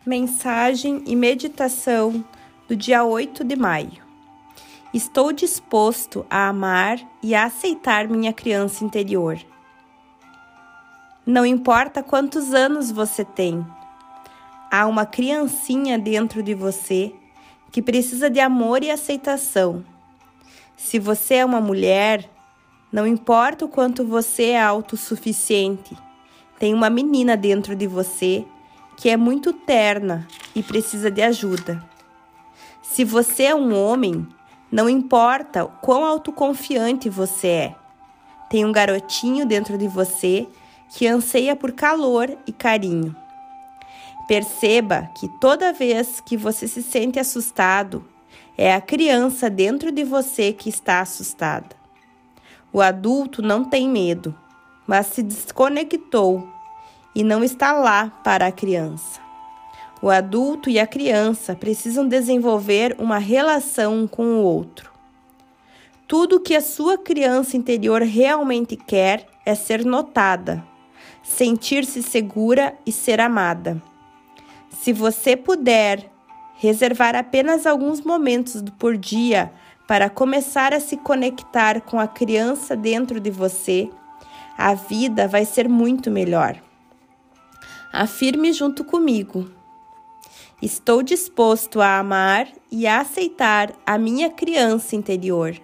Mensagem e meditação do dia 8 de maio. Estou disposto a amar e a aceitar minha criança interior. Não importa quantos anos você tem, há uma criancinha dentro de você que precisa de amor e aceitação. Se você é uma mulher, não importa o quanto você é autossuficiente, tem uma menina dentro de você que é muito terna e precisa de ajuda. Se você é um homem, não importa quão autoconfiante você é, tem um garotinho dentro de você que anseia por calor e carinho. Perceba que toda vez que você se sente assustado, é a criança dentro de você que está assustada. O adulto não tem medo, mas se desconectou e não está lá para a criança. O adulto e a criança precisam desenvolver uma relação um com o outro. Tudo o que a sua criança interior realmente quer é ser notada, sentir-se segura e ser amada. Se você puder reservar apenas alguns momentos por dia para começar a se conectar com a criança dentro de você, a vida vai ser muito melhor. Afirme junto comigo: estou disposto a amar e a aceitar a minha criança interior.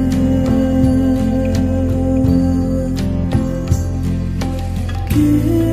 You